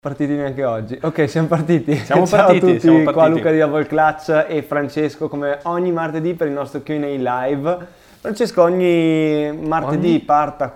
Partiti neanche oggi. Ok, siamo partiti. Siamo Ciao partiti, a tutti, siamo partiti. qua Luca di Double Clutch e Francesco come ogni martedì per il nostro Q&A live. Francesco ogni martedì parte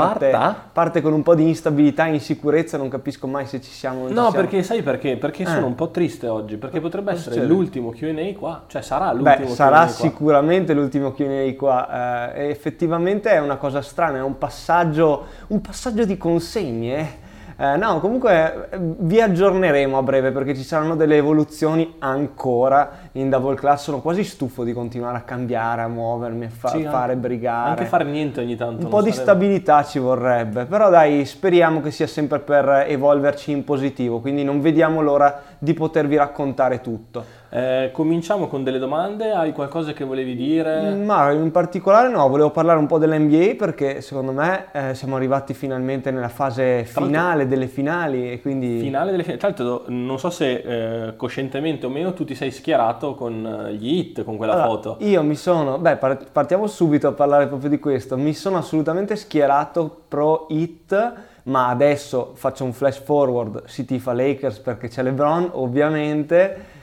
con un po' di instabilità e insicurezza, non capisco mai se ci siamo o non No, ci siamo. perché sai perché? Perché sono un po' triste oggi, perché potrebbe essere succede? l'ultimo Q&A qua, cioè sarà l'ultimo Q&A Sarà qua. sicuramente l'ultimo Q&A qua. E effettivamente è una cosa strana, è un passaggio di consegne. No, comunque vi aggiorneremo a breve perché ci saranno delle evoluzioni ancora in Double Class. Sono quasi stufo di continuare a cambiare, a muovermi, a Sì, fare brigare. Anche fare niente ogni tanto. Un po' di stabilità ci vorrebbe, però dai, speriamo che sia sempre per evolverci in positivo, quindi non vediamo l'ora di potervi raccontare tutto. Cominciamo con delle domande, hai qualcosa che volevi dire? Ma in particolare no, volevo parlare un po' dell'NBA perché secondo me siamo arrivati finalmente nella fase finale delle finali e quindi... Finale delle finali, tra l'altro non so se coscientemente o meno tu ti sei schierato con gli Heat, con quella foto. Io mi sono, partiamo subito a parlare proprio di questo, mi sono assolutamente schierato pro Heat, ma adesso faccio un flash forward, si tifa Lakers perché c'è LeBron ovviamente.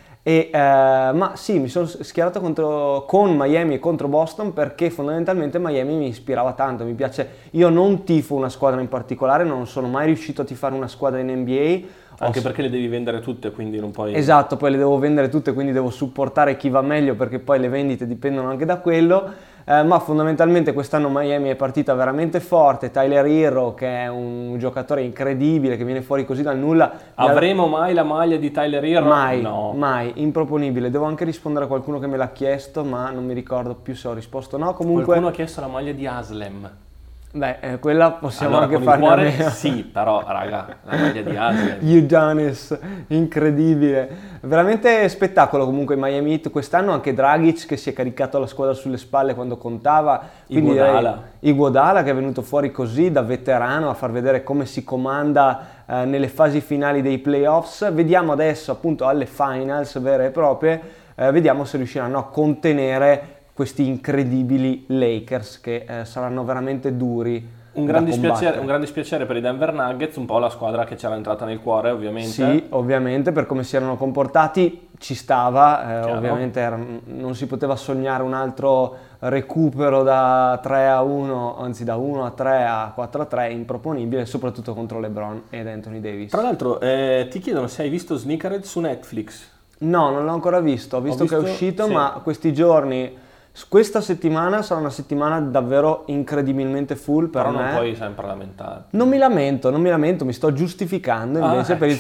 Ma sì, mi sono schierato con Miami e contro Boston perché fondamentalmente Miami mi ispirava tanto, mi piace, io non tifo una squadra in particolare, non sono mai riuscito a tifare una squadra in NBA. Anche perché le devi vendere tutte, quindi non puoi... Esatto, poi le devo vendere tutte, quindi devo supportare chi va meglio perché poi le vendite dipendono anche da quello. Ma fondamentalmente quest'anno Miami è partita veramente forte, Tyler Herro che è un giocatore incredibile che viene fuori così dal nulla. Avremo mai la maglia di Tyler Herro? Mai, No. mai, improponibile. Devo anche rispondere a qualcuno che me l'ha chiesto, ma non mi ricordo più se ho risposto o no. Comunque... Qualcuno ha chiesto la maglia di Haslem. Quella possiamo allora, anche con il cuore, farne. sì, però raga, la maglia di Haslem. Udonis, incredibile. Veramente spettacolo comunque in Miami Heat quest'anno, anche Dragic che si è caricato la squadra sulle spalle quando contava. Iguodala che è venuto fuori così da veterano a far vedere come si comanda nelle fasi finali dei playoffs. Vediamo adesso appunto alle finals vere e proprie, vediamo se riusciranno a contenere questi incredibili Lakers che saranno veramente duri. Un gran dispiacere per i Denver Nuggets, un po' la squadra che c'era entrata nel cuore ovviamente. Sì, ovviamente per come si erano comportati ci stava, ovviamente non si poteva sognare un altro recupero da 3-1, anzi da 1-3 a 4-3, improponibile, soprattutto contro LeBron ed Anthony Davis. Tra l'altro ti chiedono se hai visto Sneakerhead su Netflix. No, non l'ho ancora visto, ho visto che è uscito, sì. Ma questi giorni... Questa settimana sarà una settimana davvero incredibilmente full per me. Però non puoi sempre lamentare. Non mi lamento, mi sto giustificando invece per il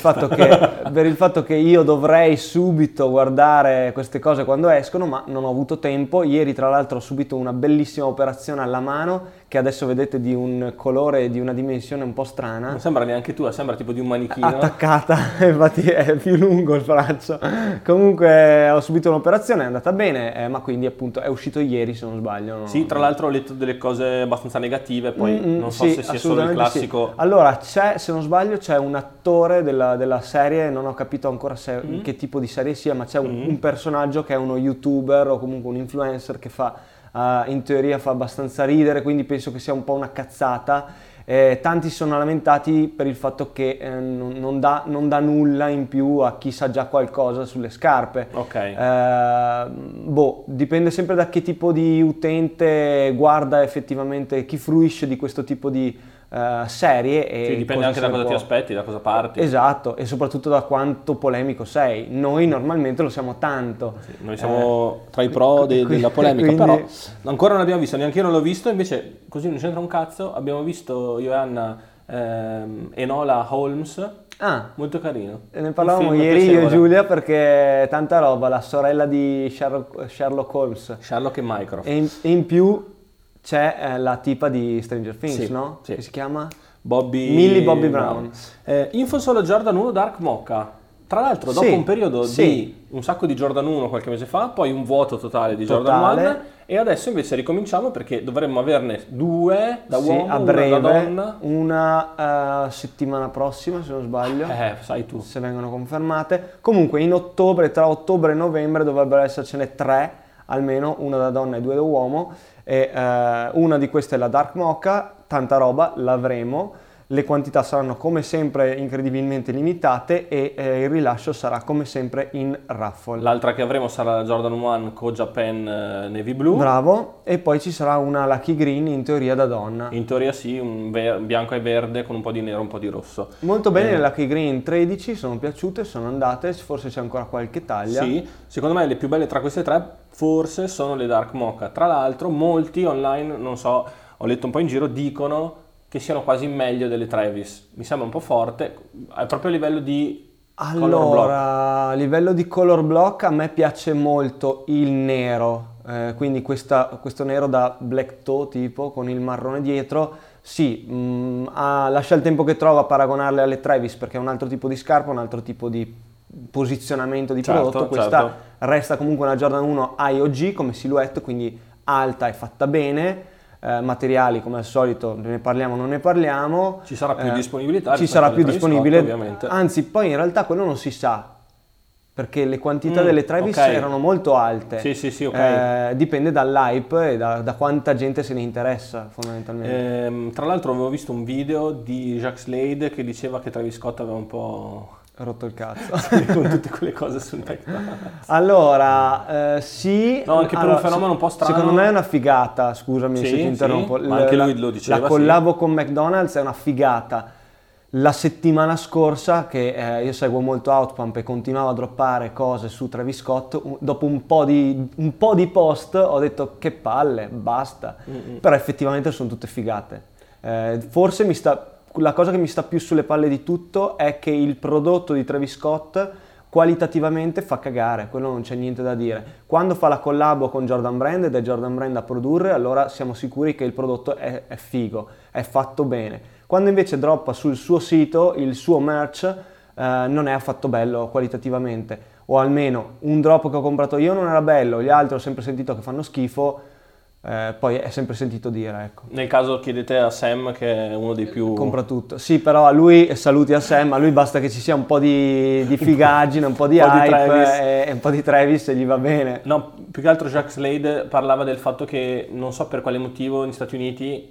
fatto che io dovrei subito guardare queste cose quando escono, ma non ho avuto tempo. Ieri tra l'altro ho subito una bellissima operazione alla mano che adesso vedete di un colore e di una dimensione un po' strana. Non sembra neanche tua, sembra tipo di un manichino. Attaccata, infatti è più lungo il braccio. Comunque ho subito un'operazione, è andata bene, ma quindi appunto è uscito ieri se non sbaglio. Sì, tra l'altro ho letto delle cose abbastanza negative, poi non so se sia solo il classico. Sì. Allora, se non sbaglio c'è un attore della serie, non ho capito ancora che tipo di serie sia, ma c'è un personaggio che è uno youtuber o comunque un influencer che in teoria fa abbastanza ridere, quindi penso che sia un po' una cazzata. Tanti sono lamentati per il fatto che non dà nulla in più a chi sa già qualcosa sulle scarpe. Ok. Dipende sempre da che tipo di utente guarda effettivamente, chi fruisce di questo tipo di serie. Sì, dipende anche da cosa ti aspetti, da cosa parti. Esatto, e soprattutto da quanto polemico sei. Noi normalmente lo siamo tanto. Sì, noi siamo tra i pro della polemica, però ancora non abbiamo visto, neanche io non l'ho visto, invece così non c'entra un cazzo, abbiamo visto io e Anna Enola Holmes. Molto carino. Ne parlavamo ieri io e Giulia perché tanta roba, la sorella di Sherlock Holmes. Sherlock e Mycroft. E in più c'è la tipa di Stranger Things, sì, no? Sì. Che si chiama? Millie Bobby Brown. Info solo Jordan 1 Dark Mocha. Tra l'altro dopo un periodo di un sacco di Jordan 1 qualche mese fa, poi un vuoto totale di Jordan 1 e adesso invece ricominciamo perché dovremmo averne 2 da uomo, a breve, una da donna. Una settimana prossima se non sbaglio. Sai tu. Se vengono confermate. Comunque in ottobre, tra ottobre e novembre dovrebbero essercene 3, almeno una da donna e 2 da uomo. E una di queste è la Dark Mocha, tanta roba, l'avremo. le quantità saranno come sempre incredibilmente limitate e il rilascio sarà come sempre in raffle. L'altra che avremo sarà la Jordan 1 Koja Pen Navy Blue. Bravo, e poi ci sarà una Lucky Green in teoria da donna. In teoria sì, un bianco e verde con un po' di nero, un po' di rosso. Molto bene, le Lucky Green 13 sono piaciute, sono andate, forse c'è ancora qualche taglia. Sì, secondo me le più belle tra queste tre forse sono le Dark Mocha. Tra l'altro molti online, non so, ho letto un po' in giro, dicono che siano quasi meglio delle Travis. Mi sembra un po' forte, proprio a livello di color block. Allora, a livello di color block a me piace molto il nero, quindi questo nero da black toe tipo con il marrone dietro. Sì, lascia il tempo che trova a paragonarle alle Travis perché è un altro tipo di scarpa, un altro tipo di posizionamento di prodotto. Questa resta comunque una Jordan 1 IOG come silhouette, quindi alta e fatta bene. Materiali come al solito ne parliamo non ne parliamo, ci sarà più disponibilità, ci sarà più disponibile, ovviamente. Anzi poi in realtà quello non si sa perché le quantità delle Travis erano molto alte. Sì, ok. Dipende dall'hype e da quanta gente se ne interessa fondamentalmente. Tra l'altro avevo visto un video di Jacques Slade che diceva che Travis Scott aveva un po' rotto il cazzo con tutte quelle cose sul McDonald's. Allora, sì. No, anche per un fenomeno un po' strano. Secondo me è una figata, scusami se ti interrompo. Ma anche lui lo diceva. La collabo con McDonald's è una figata. La settimana scorsa, che io seguo molto Outpump e continuavo a droppare cose su Travis Scott, dopo un po' di post ho detto che palle, basta. Però effettivamente sono tutte figate. Forse la cosa che mi sta più sulle palle di tutto è che il prodotto di Travis Scott qualitativamente fa cagare, quello non c'è niente da dire. Quando fa la collabo con Jordan Brand ed è Jordan Brand a produrre, allora siamo sicuri che il prodotto è figo, è fatto bene. Quando invece droppa sul suo sito il suo merch non è affatto bello qualitativamente, o almeno un drop che ho comprato io non era bello, gli altri ho sempre sentito che fanno schifo. Poi è sempre sentito dire, ecco. Nel caso chiedete a Sam che è uno dei più... Compra tutto. Sì, però a lui, saluti a Sam, a lui basta che ci sia un po' di figaggine, un po' di hype e un po' di Travis e gli va bene. No, più che altro Jacques Slade parlava del fatto che non so per quale motivo negli Stati Uniti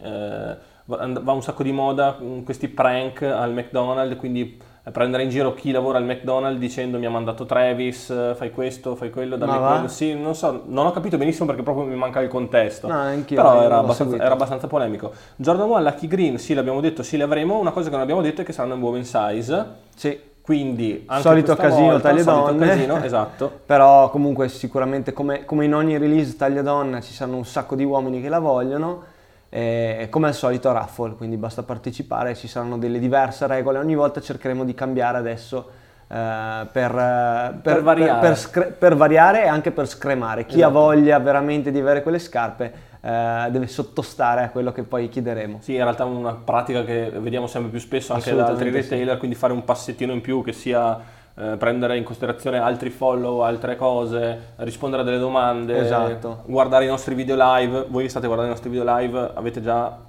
va un sacco di moda questi prank al McDonald's, quindi prendere in giro chi lavora al McDonald's dicendo mi ha mandato Travis, fai questo, fai quello, dammi quello. Sì, non so, non ho capito benissimo perché proprio mi manca il contesto. No, anch'io. Però era abbastanza polemico. Jordan 1 Lucky Green, sì, l'abbiamo detto, sì, le avremo. Una cosa che non abbiamo detto è che saranno in women size. Sì. Quindi anche solito casino, taglia donne. Casino, esatto. Però comunque sicuramente come in ogni release taglia donna ci saranno un sacco di uomini che la vogliono. Come al solito raffle, quindi basta partecipare, ci saranno delle diverse regole, ogni volta cercheremo di cambiare adesso per variare e anche per scremare. Chi ha voglia veramente di avere quelle scarpe deve sottostare a quello che poi chiederemo. Sì, in realtà è una pratica che vediamo sempre più spesso anche da altri retailer, quindi fare un passettino in più che sia prendere in considerazione altri follow, altre cose, rispondere a delle domande, esatto. Guardare i nostri video live. Voi che state guardando i nostri video live avete già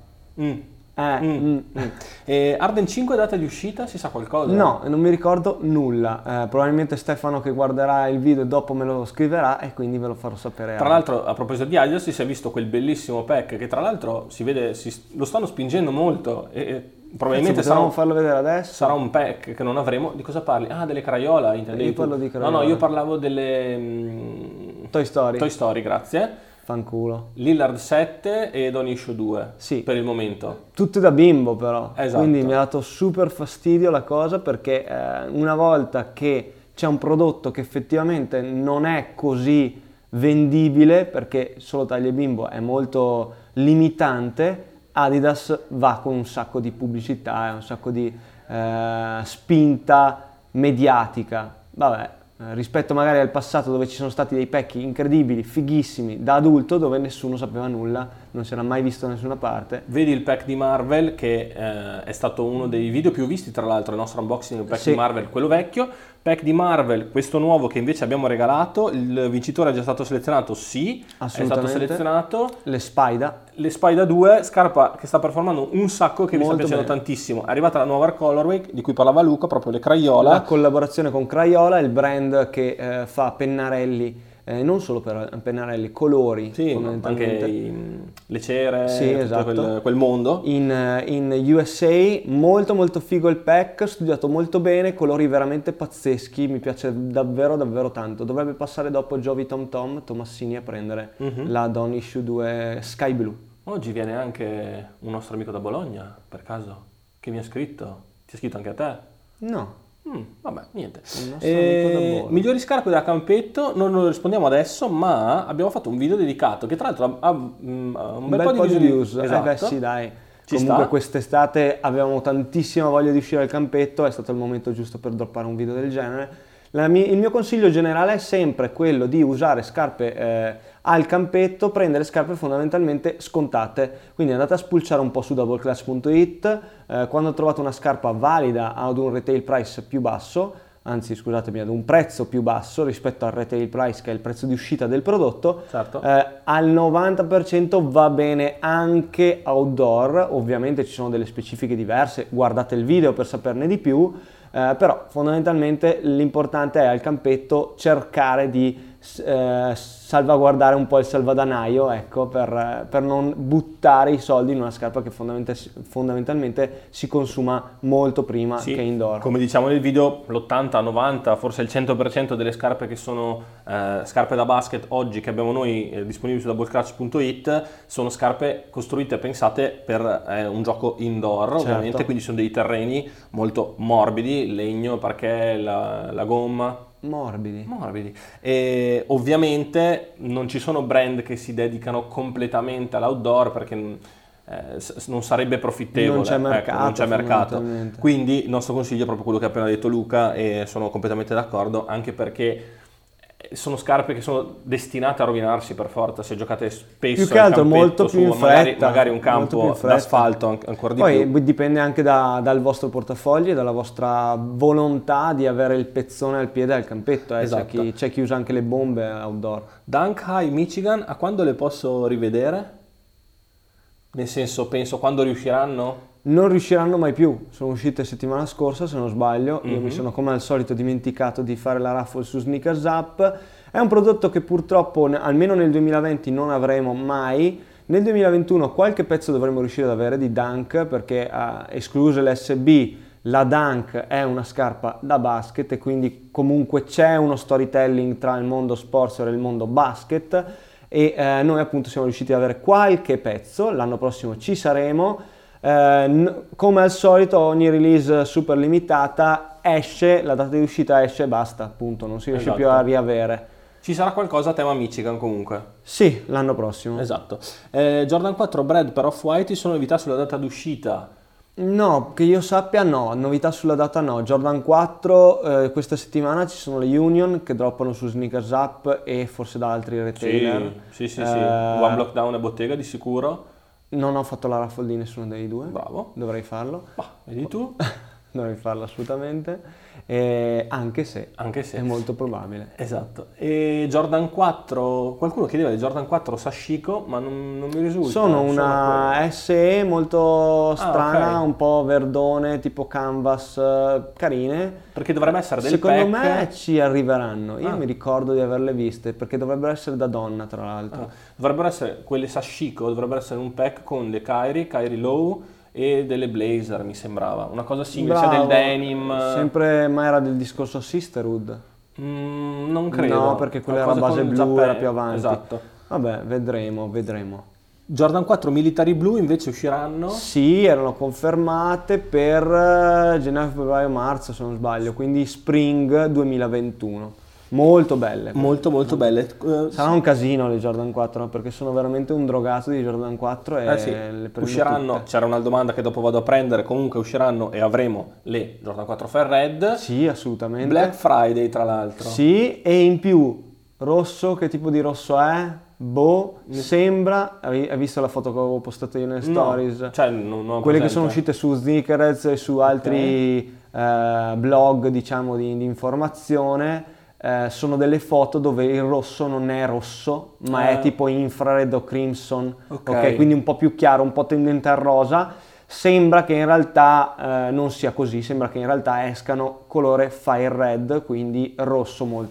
E Arden 5 data di uscita, si sa qualcosa? No, non mi ricordo nulla, probabilmente Stefano che guarderà il video dopo me lo scriverà e quindi ve lo farò sapere. Tra l'altro, a proposito di Adidas, si è visto quel bellissimo pack che tra l'altro si vede, lo stanno spingendo molto e probabilmente farlo vedere adesso. Sarà un pack che non avremo. Di cosa parli? Ah, delle Crayola, intendevi? Io parlo di Crayola. No, io parlavo delle Toy Story. Toy Story, grazie. Fanculo. Lillard 7 e Don Issue 2, sì, per il momento. Tutte da bimbo però, esatto. Quindi mi ha dato super fastidio la cosa perché una volta che c'è un prodotto che effettivamente non è così vendibile perché solo taglie bimbo è molto limitante, Adidas va con un sacco di pubblicità e un sacco di spinta mediatica. Vabbè, rispetto magari al passato dove ci sono stati dei pack incredibili, fighissimi, da adulto dove nessuno sapeva nulla, non si era mai visto da nessuna parte. Vedi il pack di Marvel che è stato uno dei video più visti, tra l'altro il nostro unboxing del pack di Marvel, quello vecchio. Pack di Marvel, questo nuovo che invece abbiamo regalato, il vincitore è già stato selezionato? Sì, è stato selezionato. Le Spida 2, scarpa che sta performando un sacco, che mi sta piacendo tantissimo. È arrivata la nuova colorway di cui parlava Luca, proprio le Crayola. La collaborazione con Crayola, il brand che fa pennarelli non solo per pennarelli, colori, sì, fondamentalmente. Anche le cere, sì, esatto. quel mondo. In USA molto molto figo il pack, studiato molto bene, colori veramente pazzeschi, mi piace davvero davvero tanto. Dovrebbe passare dopo Giovi Tom Tom Tomassini a prendere la Dawn Issue 2 Sky Blue. Oggi viene anche un nostro amico da Bologna, per caso, che mi ha scritto. Ti ha scritto anche a te? No. Vabbè, niente. Migliori scarpe da campetto, non lo rispondiamo adesso, ma abbiamo fatto un video dedicato che tra l'altro ha un bel po' di views. Esatto. Beh sì, dai. Comunque quest'estate avevamo tantissima voglia di uscire al campetto, è stato il momento giusto per droppare un video del genere. Il mio consiglio generale è sempre quello di usare scarpe al campetto, prendere scarpe fondamentalmente scontate, quindi andate a spulciare un po' su doubleclass.it, quando trovate una scarpa valida ad un retail price più basso, anzi scusatemi, ad un prezzo più basso rispetto al retail price che è il prezzo di uscita del prodotto, certo. Al 90% va bene anche outdoor, ovviamente ci sono delle specifiche diverse, guardate il video per saperne di più, però fondamentalmente l'importante è al campetto cercare di salvaguardare un po' il salvadanaio, ecco, per non buttare i soldi in una scarpa che fondamentalmente si consuma molto prima che indoor. Come diciamo nel video, l'80, 90, forse il 100% delle scarpe che sono scarpe da basket oggi che abbiamo noi disponibili su doubleclutch.it sono scarpe costruite e pensate per un gioco indoor, ovviamente, quindi sono dei terreni molto morbidi, legno, parquet, la gomma. Morbidi. E ovviamente non ci sono brand che si dedicano completamente all'outdoor perché non sarebbe profittevole, non c'è mercato. Quindi il nostro consiglio è proprio quello che ha appena detto Luca e sono completamente d'accordo, anche perché sono scarpe che sono destinate a rovinarsi per forza se giocate spesso più che altro molto più in fretta, magari un campo d'asfalto ancora di più. Poi dipende anche dal vostro portafoglio e dalla vostra volontà di avere il pezzone al piede al campetto, esatto. C'è chi usa anche le bombe outdoor. Dunk High Michigan, a quando le posso rivedere? Nel senso, penso quando riusciranno? Non riusciranno mai più, sono uscite settimana scorsa se non sbaglio, io mi sono come al solito dimenticato di fare la raffle su Sneakers Up, è un prodotto che purtroppo almeno nel 2020 non avremo mai, nel 2021 qualche pezzo dovremo riuscire ad avere di Dunk perché escluse l'SB, la Dunk è una scarpa da basket e quindi comunque c'è uno storytelling tra il mondo sportswear e il mondo basket e noi appunto siamo riusciti ad avere qualche pezzo, l'anno prossimo ci saremo. Come al solito ogni release super limitata esce, la data di uscita esce e basta, appunto, non si riesce più a riavere. Ci sarà qualcosa a tema Michigan comunque? Sì, l'anno prossimo. Esatto. Jordan 4 Bread per Off-White, sono novità sulla data d'uscita? No, che io sappia no, novità sulla data no. Jordan 4 questa settimana ci sono le Union che droppano su Sneakers Up e forse da altri retailer. Sì. One Block Down e Bottega di sicuro. Non ho fatto la raffle di nessuno dei due. Bravo. Dovrei farlo. Vedi tu? Dovrei farlo assolutamente. Anche se è molto probabile. Esatto. E Jordan 4, qualcuno chiedeva di Jordan 4 Sashiko, ma non mi risulta. Sono una SE molto strana, un po' verdone, tipo canvas, carine. Perché dovrebbe essere del Secondo pack. me ci arriveranno. Io mi ricordo di averle viste, perché dovrebbero essere da donna, tra l'altro. Dovrebbero essere quelle Sashiko, dovrebbero essere un pack con le Kyrie Low e delle blazer, mi sembrava. Una cosa simile, c'è del denim. Sempre, ma era del discorso Sisterhood? Non credo. No, perché quella era base blu, era più avanti. Esatto. Vabbè, vedremo. Jordan 4 Military Blue invece usciranno? Sì, erano confermate per gennaio, febbraio, marzo se non sbaglio, quindi Spring 2021. Molto belle. Molto belle. Sarà un casino le Jordan 4, no? Perché sono veramente un drogato di Jordan 4 e le prendo usciranno, tutte. C'era una domanda che dopo vado a prendere, comunque usciranno e avremo le Jordan 4 Fair Red. Sì, assolutamente. Black Friday tra l'altro. Sì, e in più rosso, che tipo di rosso è? Sembra, hai visto la foto che avevo postato io nelle stories? Cioè non quelle che sono uscite su Sneakerheads e su altri blog, diciamo, di informazione. Sono delle foto dove il rosso non è rosso, ma è tipo infrared o crimson, ok, quindi un po' più chiaro, un po' tendente al rosa. Sembra che in realtà non sia così, sembra che in realtà escano colore fire red, quindi rosso molto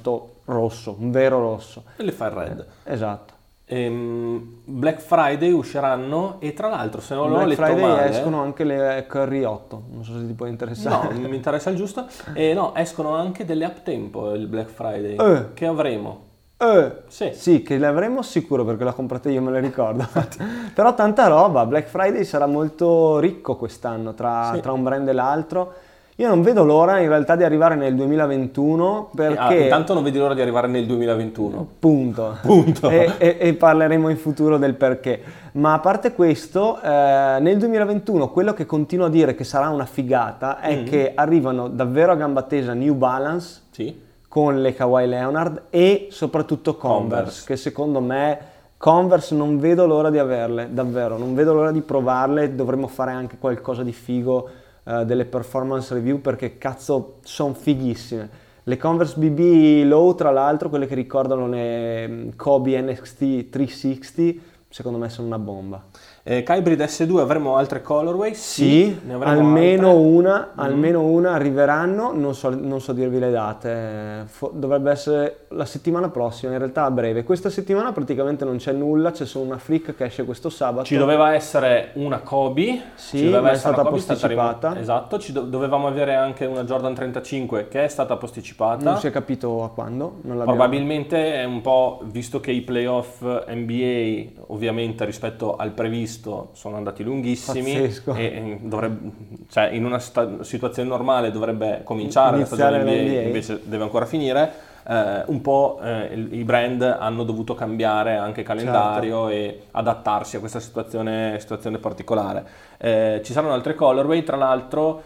rosso, un vero rosso. E le fa il red. Esatto. Black Friday usciranno e tra l'altro se non l'ho letto male... Black Friday male, escono anche le Curry 8, non so se ti può interessare. No, mi interessa il giusto. No, escono anche delle up tempo il Black Friday che avremo. Sì, che le avremo sicuro perché l'ho comprata io, me le ricordo. Però tanta roba, Black Friday sarà molto ricco quest'anno tra un brand e l'altro. Io non vedo l'ora in realtà di arrivare nel 2021 perché... intanto non vedi l'ora di arrivare nel 2021. Punto. E parleremo in futuro del perché. Ma a parte questo, nel 2021 quello che continuo a dire che sarà una figata è che arrivano davvero a gamba tesa New Balance con le Kawhi Leonard e soprattutto Converse, che secondo me Converse non vedo l'ora di averle, davvero, non vedo l'ora di provarle, dovremmo fare anche qualcosa di figo, delle performance review perché cazzo sono fighissime. Le Converse BB Low tra l'altro, quelle che ricordano le Kobe NXT 360, secondo me sono una bomba. Hybrid S2 avremo altre colorway? Sì, ne avremo almeno una arriveranno, non so dirvi le date, dovrebbe essere la settimana prossima, in realtà a breve. Questa settimana praticamente non c'è nulla, c'è solo una Freak che esce questo sabato. Ci doveva essere una Kobe, ma è stata posticipata. Esatto, dovevamo avere anche una Jordan 35 che è stata posticipata. Non si è capito a quando, Probabilmente è un po', visto che i playoff NBA ovviamente rispetto al previsto sono andati lunghissimi. Pazzesco. E cioè in una situazione normale dovrebbe cominciare la stagione NBA, invece deve ancora finire. Un po' i brand hanno dovuto cambiare anche calendario e adattarsi a questa situazione particolare. Ci saranno altre colorway, tra l'altro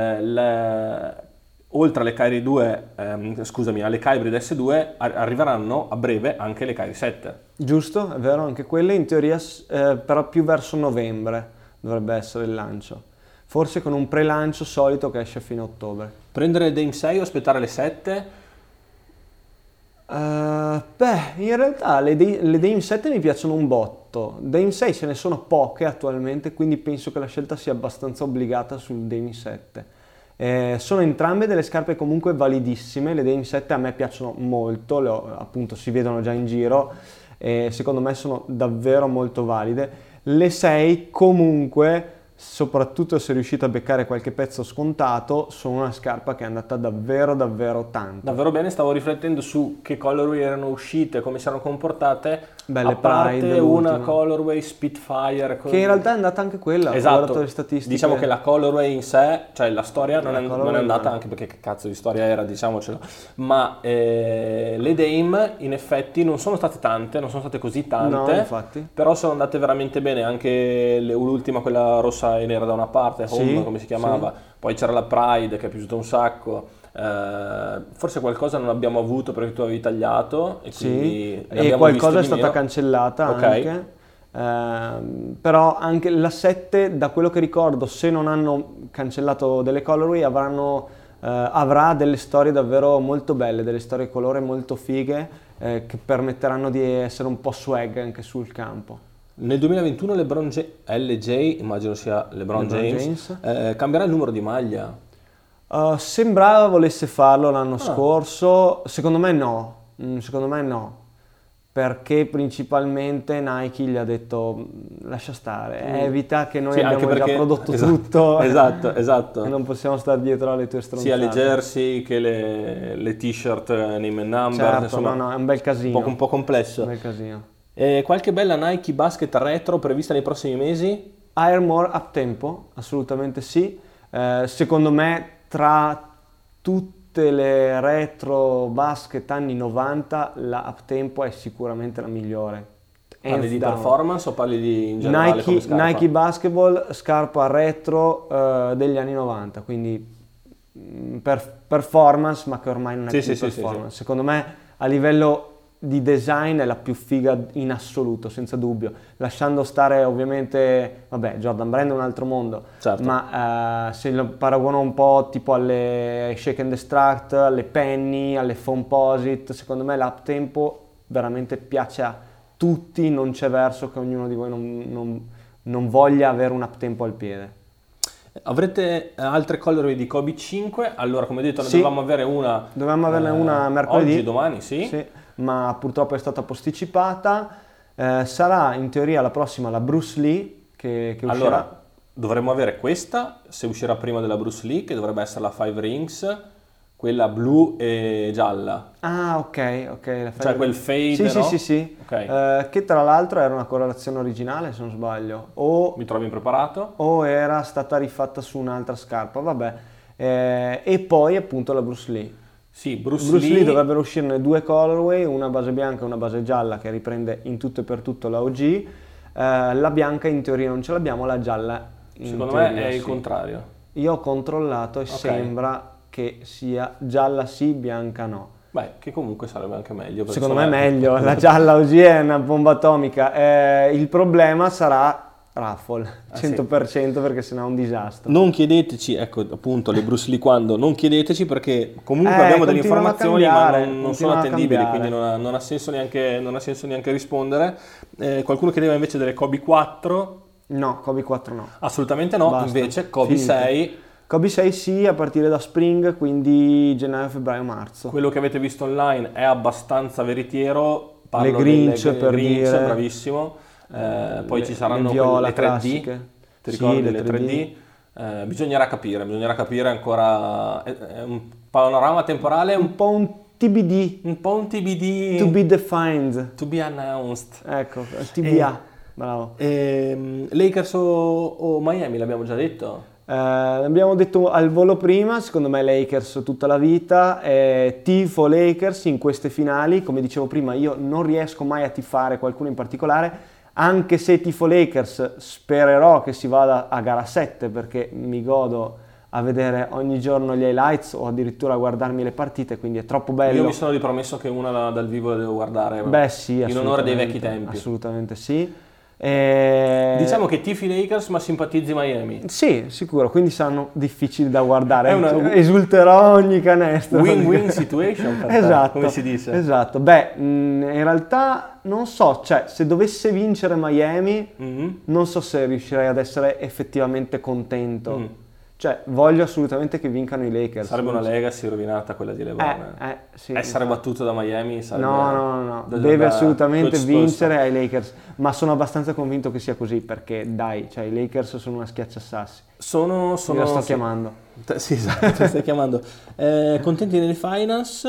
oltre alle Kyrie 2, alle Hybrid S2 arriveranno a breve anche le Kyrie 7. Giusto, è vero, anche quelle in teoria, però più verso novembre dovrebbe essere il lancio. Forse con un pre-lancio solito che esce a fine ottobre. Prendere le Dame 6 o aspettare le 7? In realtà le Dame 7 mi piacciono un botto. Dame 6 ce ne sono poche attualmente, quindi penso che la scelta sia abbastanza obbligata sul Dame 7. Sono entrambe delle scarpe comunque validissime, le Dame 7 a me piacciono molto, appunto si vedono già in giro e secondo me sono davvero molto valide. Le 6 comunque, soprattutto se riuscite a beccare qualche pezzo scontato, sono una scarpa che è andata davvero tanto. Davvero bene, stavo riflettendo su che colorway erano uscite, come si erano comportate. Belle a parte Pride, una colorway Spitfire che in realtà è andata anche quella, esatto. Ho guardato le statistiche. Diciamo che la colorway in sé, cioè la storia non è andata, anche perché che cazzo di storia era, diciamocelo, ma le Dame in effetti non sono state tante, non sono state così tante, no, infatti. Però sono andate veramente bene, anche l'ultima, quella rossa e nera da una parte, Home come si chiamava, poi c'era la Pride che è piaciuta un sacco. Forse qualcosa non abbiamo avuto perché tu avevi tagliato e quindi e qualcosa è stata cancellata anche, però anche la 7 da quello che ricordo, se non hanno cancellato delle colorway avrà delle storie davvero molto belle, delle storie colore molto fighe che permetteranno di essere un po' swag anche sul campo. Nel 2021 LJ, immagino sia LeBron James. Cambierà il numero di maglia. Sembrava volesse farlo l'anno scorso, secondo me no, perché principalmente Nike gli ha detto lascia stare, evita che noi abbiamo già prodotto tutto, esatto. E non possiamo stare dietro alle tue stronzate. Sia le jersey che le t-shirt name and number, certo, insomma, no, è un bel casino, un po' complesso. Un bel casino. Qualche bella Nike Basket retro prevista nei prossimi mesi? Air More up tempo, assolutamente sì. Secondo me tra tutte le retro basket anni 90 la up tempo è sicuramente la migliore. Parli di performance o parli di in generale come scarpa? Nike Basketball, scarpa retro degli anni 90, quindi performance, ma che ormai non è più performance. Secondo me a livello di design è la più figa in assoluto, senza dubbio, lasciando stare ovviamente, Jordan Brand è un altro mondo, certo. Ma se lo paragono un po' tipo alle Shake and Destruct, alle Penny, alle Foamposite, secondo me l'up tempo veramente piace a tutti, non c'è verso che ognuno di voi non voglia avere un up tempo al piede. Avrete altre colorway di Kobe 5? Allora, come detto, ne dovevamo avere una. Dovevamo averne una mercoledì. Oggi, domani, sì. Ma purtroppo è stata posticipata. Sarà in teoria la prossima la Bruce Lee che uscirà. Allora, dovremmo avere questa, se uscirà prima della Bruce Lee, che dovrebbe essere la Five Rings, quella blu e gialla. Ah, ok. Cioè quel fade, sì, no? Sì. Okay. Che tra l'altro era una colorazione originale, se non sbaglio. Mi trovi impreparato? O era stata rifatta su un'altra scarpa, vabbè. E poi appunto la Bruce Lee. Sì, Bruce Lee dovrebbero uscirne 2 colorway, una base bianca e una base gialla che riprende in tutto e per tutto la OG. La bianca in teoria non ce l'abbiamo, la gialla secondo me è il contrario. Io ho controllato e sembra che sia gialla sì, bianca no. Beh, che comunque sarebbe anche meglio. Secondo me è meglio, la gialla OG è una bomba atomica. Il problema sarà raffle, 100%, sì. Perché sennò è un disastro. Non chiedeteci, ecco appunto le Bruce Lee quando, non chiedeteci perché comunque abbiamo delle informazioni ma non sono attendibili, quindi non ha senso neanche rispondere. Qualcuno chiedeva invece delle Kobe 4. No, Kobe 4 no. Assolutamente no, basta. Invece Kobe 6... Kobe 6 sì, a partire da spring, quindi gennaio, febbraio, marzo. Quello che avete visto online è abbastanza veritiero. Parlo le Grinch, per Grinch, dire. Bravissimo. Poi ci saranno le 3D. Classiche. Ti ricordi delle 3D? Bisognerà capire ancora. È un panorama temporale. Un po' un TBD. Un po' un TBD. To be defined. To be announced. Ecco, TBA. Bravo. Lakers o Miami, l'abbiamo già detto? Abbiamo detto al volo prima, secondo me Lakers tutta la vita, tifo Lakers in queste finali, come dicevo prima io non riesco mai a tifare qualcuno in particolare, anche se tifo Lakers spererò che si vada a gara 7 perché mi godo a vedere ogni giorno gli highlights o addirittura a guardarmi le partite, quindi è troppo bello. Io mi sono ripromesso che una dal vivo la devo guardare. Beh sì, in onore dei vecchi tempi. Assolutamente sì. Diciamo che tifi Lakers ma simpatizzi Miami. Sì, sicuro, quindi saranno difficili da guardare. Esulterò ogni canestro. Win-win situation per esatto, te, come si dice. Esatto, beh, in realtà non so, cioè se dovesse vincere Miami, non so se riuscirei ad essere effettivamente contento. Cioè, voglio assolutamente che vincano i Lakers. Sarebbe una legacy rovinata quella di LeBron. Sì, essere battuto da Miami sarebbe... No. Deve assolutamente vincere ai Lakers. Ma sono abbastanza convinto che sia così, perché dai, cioè i Lakers sono una schiacciasassi. Io la sto chiamando. Sì, esatto, ti stai chiamando. Contenti nelle finals?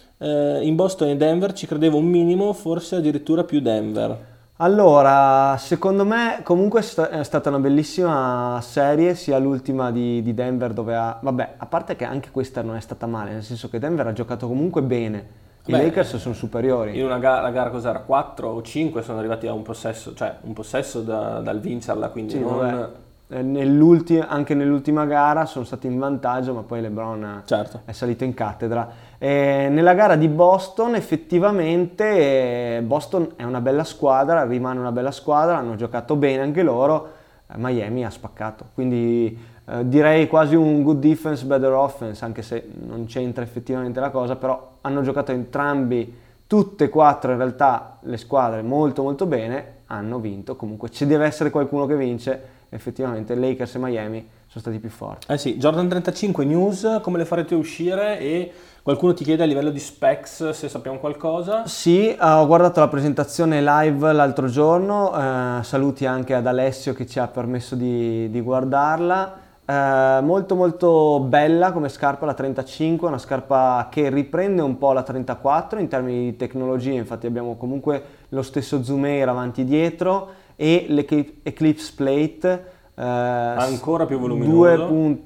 In Boston e Denver ci credevo un minimo, forse addirittura più Denver. Allora, secondo me comunque è stata una bellissima serie, sia l'ultima di Denver dove vabbè, a parte che anche questa non è stata male, nel senso che Denver ha giocato comunque bene, i Lakers sono superiori. In una gara, la gara cos'era? 4 o 5 sono arrivati a un possesso, cioè un possesso dal vincerla, quindi sì, anche nell'ultima gara sono stati in vantaggio, ma poi LeBron è salito in cattedra. Nella gara di Boston effettivamente Boston è una bella squadra, rimane una bella squadra, hanno giocato bene anche loro, Miami ha spaccato, quindi direi quasi un good defense, better offense, anche se non c'entra effettivamente la cosa, però hanno giocato entrambi, tutte e 4 in realtà le squadre molto molto bene, hanno vinto, comunque ci deve essere qualcuno che vince, effettivamente Lakers e Miami sono stati più forti. Sì, Jordan 35 news, come le farete uscire e qualcuno ti chiede a livello di specs se sappiamo qualcosa? Sì, ho guardato la presentazione live l'altro giorno, saluti anche ad Alessio che ci ha permesso di guardarla, molto molto bella come scarpa la 35, una scarpa che riprende un po' la 34 in termini di tecnologia, infatti abbiamo comunque lo stesso zoom air avanti e dietro e l'Eclipse Plate ancora più voluminoso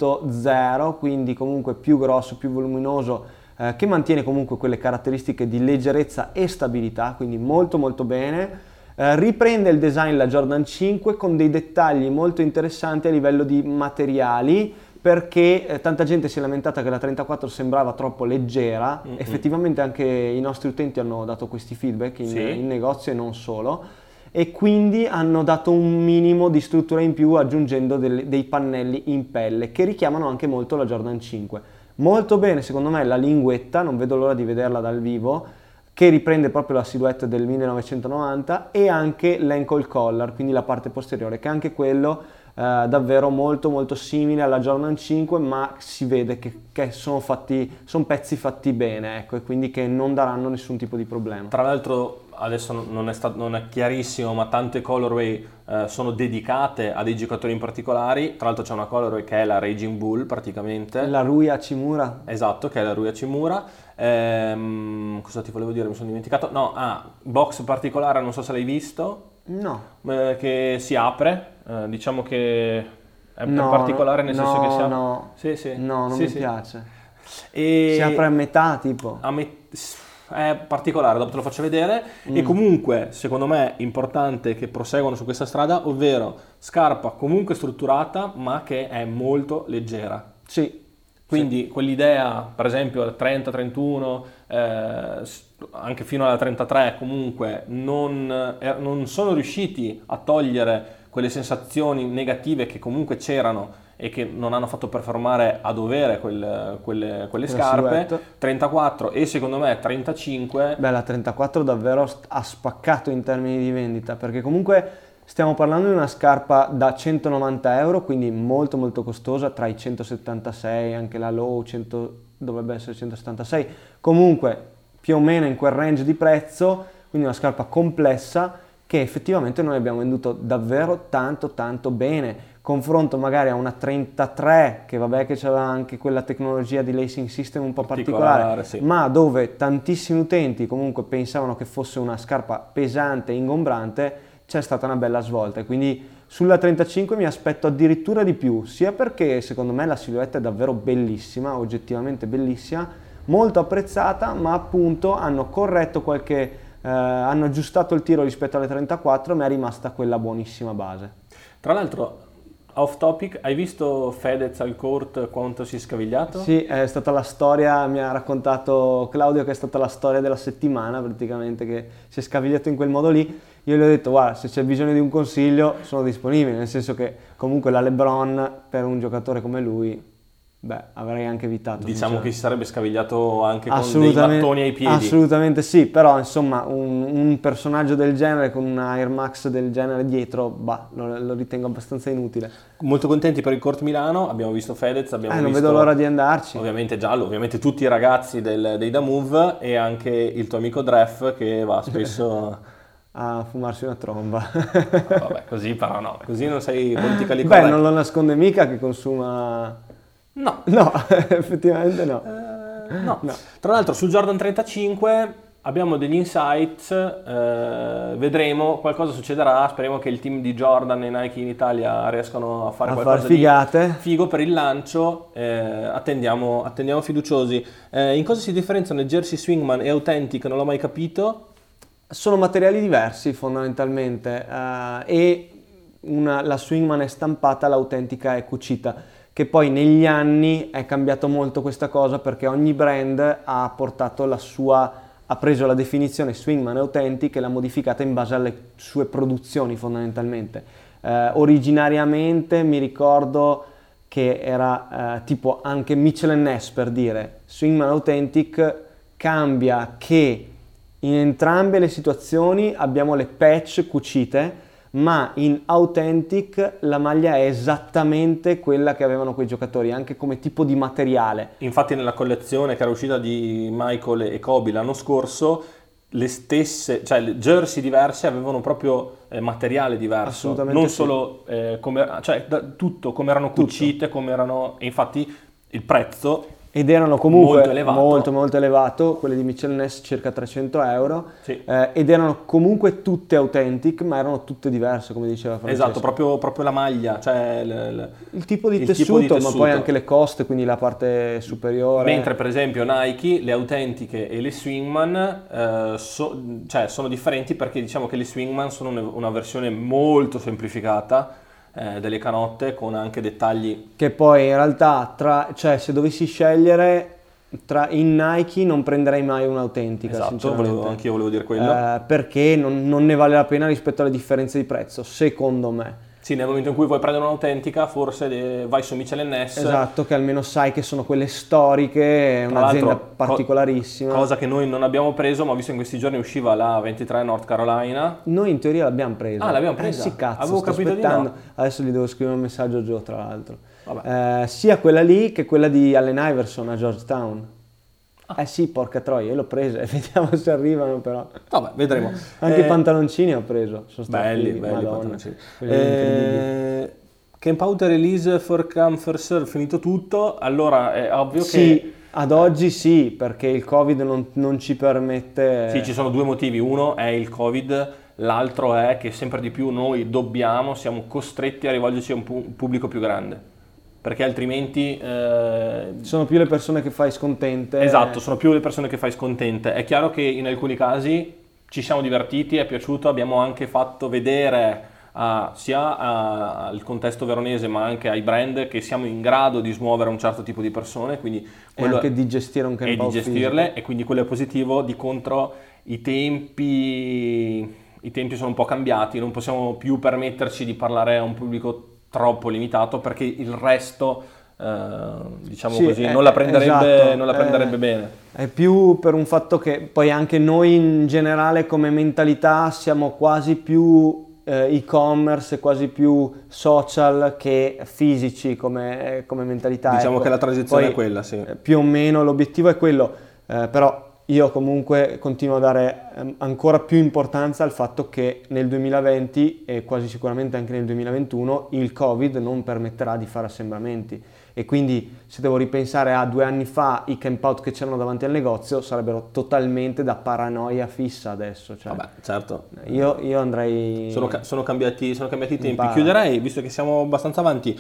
2.0, quindi comunque più grosso, più voluminoso, che mantiene comunque quelle caratteristiche di leggerezza e stabilità, quindi molto molto bene. Riprende il design la Jordan 5 con dei dettagli molto interessanti a livello di materiali, perché tanta gente si è lamentata che la 34 sembrava troppo leggera, effettivamente anche i nostri utenti hanno dato questi feedback in negozio e non solo, e quindi hanno dato un minimo di struttura in più aggiungendo dei pannelli in pelle che richiamano anche molto la Jordan 5. Molto bene secondo me la linguetta, non vedo l'ora di vederla dal vivo, che riprende proprio la silhouette del 1990, e anche l'ankle collar, quindi la parte posteriore, che anche quello davvero molto molto simile alla Jordan 5, ma si vede che sono pezzi fatti bene, ecco, e quindi che non daranno nessun tipo di problema. Tra l'altro adesso non è chiarissimo, ma tante colorway sono dedicate a dei giocatori in particolari. Tra l'altro c'è una colorway che è la Raging Bull praticamente. La Rui Hachimura. Esatto, che è la Rui Hachimura. Cosa ti volevo dire? Mi sono dimenticato. No, box particolare, non so se l'hai visto. No. Che si apre, diciamo che è particolare nel senso che si apre. No, sì. No, non mi piace. Si apre a metà tipo. È particolare, dopo te lo faccio vedere. E comunque secondo me è importante che proseguano su questa strada, ovvero scarpa comunque strutturata ma che è molto leggera. Sì. Quindi quell'idea, per esempio al 30-31, anche fino alla 33 comunque non sono riusciti a togliere quelle sensazioni negative che comunque c'erano e che non hanno fatto performare a dovere quelle scarpe. Silhouette. 34 e secondo me 35. Beh, la 34 davvero ha spaccato in termini di vendita, perché comunque stiamo parlando di una scarpa da 190 euro, quindi molto molto costosa, tra i 176, anche la low dovrebbe essere 176, comunque più o meno in quel range di prezzo, quindi una scarpa complessa che effettivamente noi abbiamo venduto davvero tanto tanto bene. Confronto magari a una 33 che vabbè che c'aveva anche quella tecnologia di lacing system un po' particolare, sì. Ma dove tantissimi utenti comunque pensavano che fosse una scarpa pesante e ingombrante, c'è stata una bella svolta, e quindi sulla 35 mi aspetto addirittura di più, sia perché secondo me la silhouette è davvero bellissima, oggettivamente bellissima, molto apprezzata, ma appunto hanno corretto hanno aggiustato il tiro rispetto alle 34, ma è rimasta quella buonissima base. Tra l'altro, off topic, hai visto Fedez al court quanto si è scavigliato? Sì, è stata la storia, mi ha raccontato Claudio che è stata la storia della settimana praticamente, che si è scavigliato in quel modo lì. Io gli ho detto guarda, se c'è bisogno di un consiglio sono disponibile, nel senso che comunque la LeBron per un giocatore come lui, avrei anche evitato. Diciamo che si sarebbe scavigliato anche con dei mattoni ai piedi. Assolutamente sì, però insomma un personaggio del genere con una Air Max del genere dietro, lo ritengo abbastanza inutile. Molto contenti per il Court Milano, abbiamo visto Fedez, non vedo l'ora di andarci. Ovviamente giallo, ovviamente tutti i ragazzi dei Da Move e anche il tuo amico Dref che va spesso a fumarsi una tromba. Vabbè, così però no, così non sei politically correct. Non lo nasconde mica che consuma. No, effettivamente no. No. Tra l'altro sul Jordan 35 abbiamo degli insights, vedremo, qualcosa succederà, speriamo che il team di Jordan e Nike in Italia riescano a fare qualcosa di figo per il lancio, attendiamo fiduciosi. In cosa si differenziano il jersey Swingman e Authentic? Non l'ho mai capito. Sono materiali diversi fondamentalmente, e la Swingman è stampata, l'Autentica è cucita, che poi negli anni è cambiato molto questa cosa perché ogni brand ha portato ha preso la definizione Swingman Authentic e l'ha modificata in base alle sue produzioni fondamentalmente. Originariamente mi ricordo che era tipo anche Mitchell & Ness, per dire, Swingman Authentic cambia che in entrambe le situazioni abbiamo le patch cucite, ma in Authentic la maglia è esattamente quella che avevano quei giocatori, anche come tipo di materiale. Infatti nella collezione che era uscita di Michael e Kobe l'anno scorso, le stesse, cioè le jersey diverse avevano proprio materiale diverso. Assolutamente non sì. Solo tutto come erano cucite, come erano, e infatti il prezzo ed erano comunque molto elevato, quelle di Mitchell & Ness circa 300 euro, sì. Ed erano comunque tutte Authentic, ma erano tutte diverse, come diceva Francesco. Esatto, proprio la maglia, cioè il tipo di tessuto, ma poi anche le coste, quindi la parte superiore. Mentre per esempio Nike, le autentiche e le Swingman sono differenti, perché diciamo che le Swingman sono una versione molto semplificata delle canotte, con anche dettagli che poi in realtà se dovessi scegliere in Nike non prenderei mai un'autentica. Esatto, anch'io volevo dire quello, perché non ne vale la pena rispetto alle differenze di prezzo, secondo me. Sì, nel momento in cui vuoi prendere un'autentica, forse vai su Mitchell & Ness. Esatto, che almeno sai che sono quelle storiche, è un'azienda particolarissima. Cosa che noi non abbiamo preso, ma visto in questi giorni usciva la 23 North Carolina. Noi in teoria l'abbiamo presa. Ah, l'abbiamo presa? Sì, cazzo, avevo capito aspettando. Di no. Adesso gli devo scrivere un messaggio a Joe, tra l'altro. Sia quella lì che quella di Allen Iverson a Georgetown. Sì, porca troia, io l'ho presa e vediamo se arrivano però. Vabbè, vedremo. Anche i pantaloncini ho preso, sono stati belli i pantaloncini. Camp Out Release for Come For Serve, finito tutto, allora è ovvio che... Sì, ad oggi sì, perché il Covid non ci permette... Sì, ci sono due motivi, uno è il Covid, l'altro è che sempre di più noi siamo costretti a rivolgerci a un pubblico più grande. Perché altrimenti... sono più le persone che fai scontente. Esatto, sono più le persone che fai scontente. È chiaro che in alcuni casi ci siamo divertiti, è piaciuto, abbiamo anche fatto vedere sia al contesto veronese ma anche ai brand che siamo in grado di smuovere un certo tipo di persone, quindi e anche di gestire un camp out e di gestirle, e quindi quello è positivo. Di contro i tempi sono un po' cambiati, non possiamo più permetterci di parlare a un pubblico troppo limitato perché il resto non la prenderebbe bene. È più per un fatto che poi anche noi in generale come mentalità siamo quasi più e-commerce, quasi più social che fisici come mentalità. Diciamo che la transizione poi, è quella, sì. Più o meno l'obiettivo è quello, però io comunque continuo a dare ancora più importanza al fatto che nel 2020 e quasi sicuramente anche nel 2021 il Covid non permetterà di fare assembramenti, e quindi se devo ripensare a 2 anni fa i camp out che c'erano davanti al negozio sarebbero totalmente da paranoia fissa adesso. Cioè, vabbè, certo. Io andrei... Sono cambiati i tempi. Chiuderei, visto che siamo abbastanza avanti,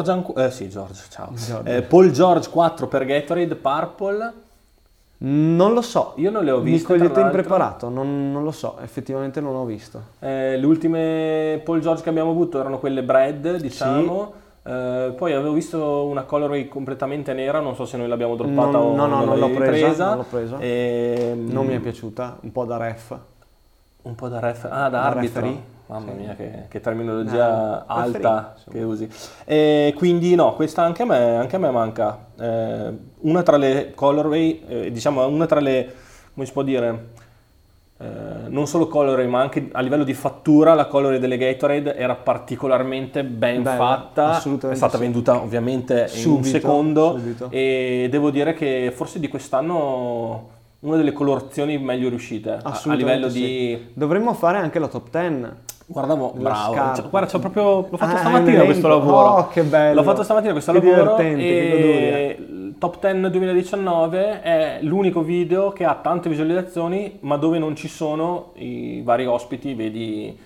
Paul George 4 per Gatorade Purple. Non lo so, io non le ho viste. Mi cogliete impreparato, non lo so, effettivamente non ho visto. Le ultime Paul George che abbiamo avuto erano quelle Bread, diciamo. Sì. Poi avevo visto una colorway completamente nera, non so se noi l'abbiamo droppata o non l'ho presa. Non l'ho presa. Non mi è piaciuta, un po' da ref. Un po' da ref, da arbitro. Referee. Mamma mia, che terminologia alta che usi. E quindi no, questa anche a me manca. Una tra le colorway, diciamo una tra le, come si può dire, non solo colorway ma anche a livello di fattura, la colorway delle Gatorade era particolarmente ben fatta, è stata venduta ovviamente in un secondo. E devo dire che forse di quest'anno una delle colorazioni meglio riuscite a livello di... Dovremmo fare anche la top 10. Guardavo, bravo, guarda, l'ho fatto stamattina questo lavoro. Oh, che bello! L'ho fatto stamattina questo lavoro e il Top 10 2019 è l'unico video che ha tante visualizzazioni, ma dove non ci sono i vari ospiti, vedi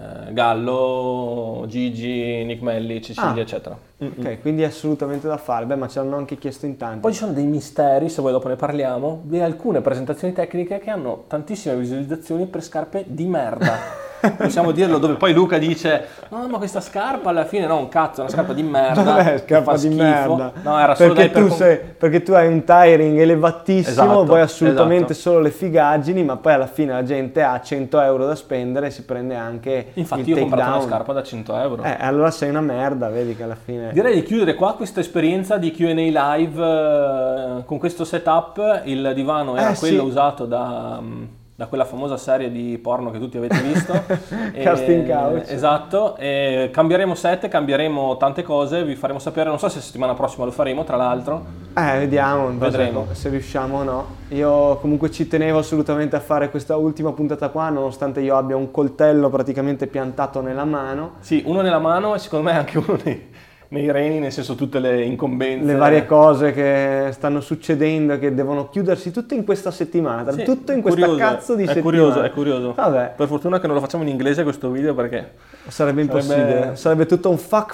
Gallo, Gigi, Nick Melli, Cecilia, eccetera. Ok, quindi è assolutamente da fare. Beh, ma ce l'hanno anche chiesto in tanti. Poi ci sono dei misteri, se vuoi dopo ne parliamo, di alcune presentazioni tecniche che hanno tantissime visualizzazioni per scarpe di merda. Possiamo dirlo, dove poi Luca dice no ma questa scarpa alla fine no, un cazzo, è una scarpa di merda. Non è scarpa di merda, no, era solo perché tu hai un tiring elevatissimo, vuoi assolutamente solo le figaggini, ma poi alla fine la gente ha 100 euro da spendere e si prende anche infatti io ho comprato una scarpa da 100 euro. Allora sei una merda, vedi che alla fine... Direi di chiudere qua questa esperienza di Q&A live con questo setup. Il divano era quello usato da quella famosa serie di porno che tutti avete visto. Casting Couch. Esatto, e cambieremo set, cambieremo tante cose, vi faremo sapere, non so se settimana prossima lo faremo tra l'altro. Vediamo, vedremo se riusciamo o no. Io comunque ci tenevo assolutamente a fare questa ultima puntata qua, nonostante io abbia un coltello praticamente piantato nella mano. Sì, uno nella mano e secondo me anche uno nei reni, nel senso tutte le incombenze, le varie cose che stanno succedendo e che devono chiudersi tutte in questa settimana, tutto in questa cazzo di settimana. È curioso. Vabbè. Per fortuna che non lo facciamo in inglese questo video, perché sarebbe impossibile, sarebbe tutto un fuck.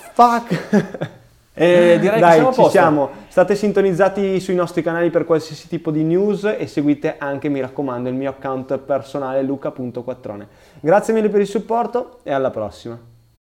Direi che siamo a posto. Ci siamo. State sintonizzati sui nostri canali per qualsiasi tipo di news e seguite anche, mi raccomando, il mio account personale luca.quattrone. Grazie mille per il supporto e alla prossima.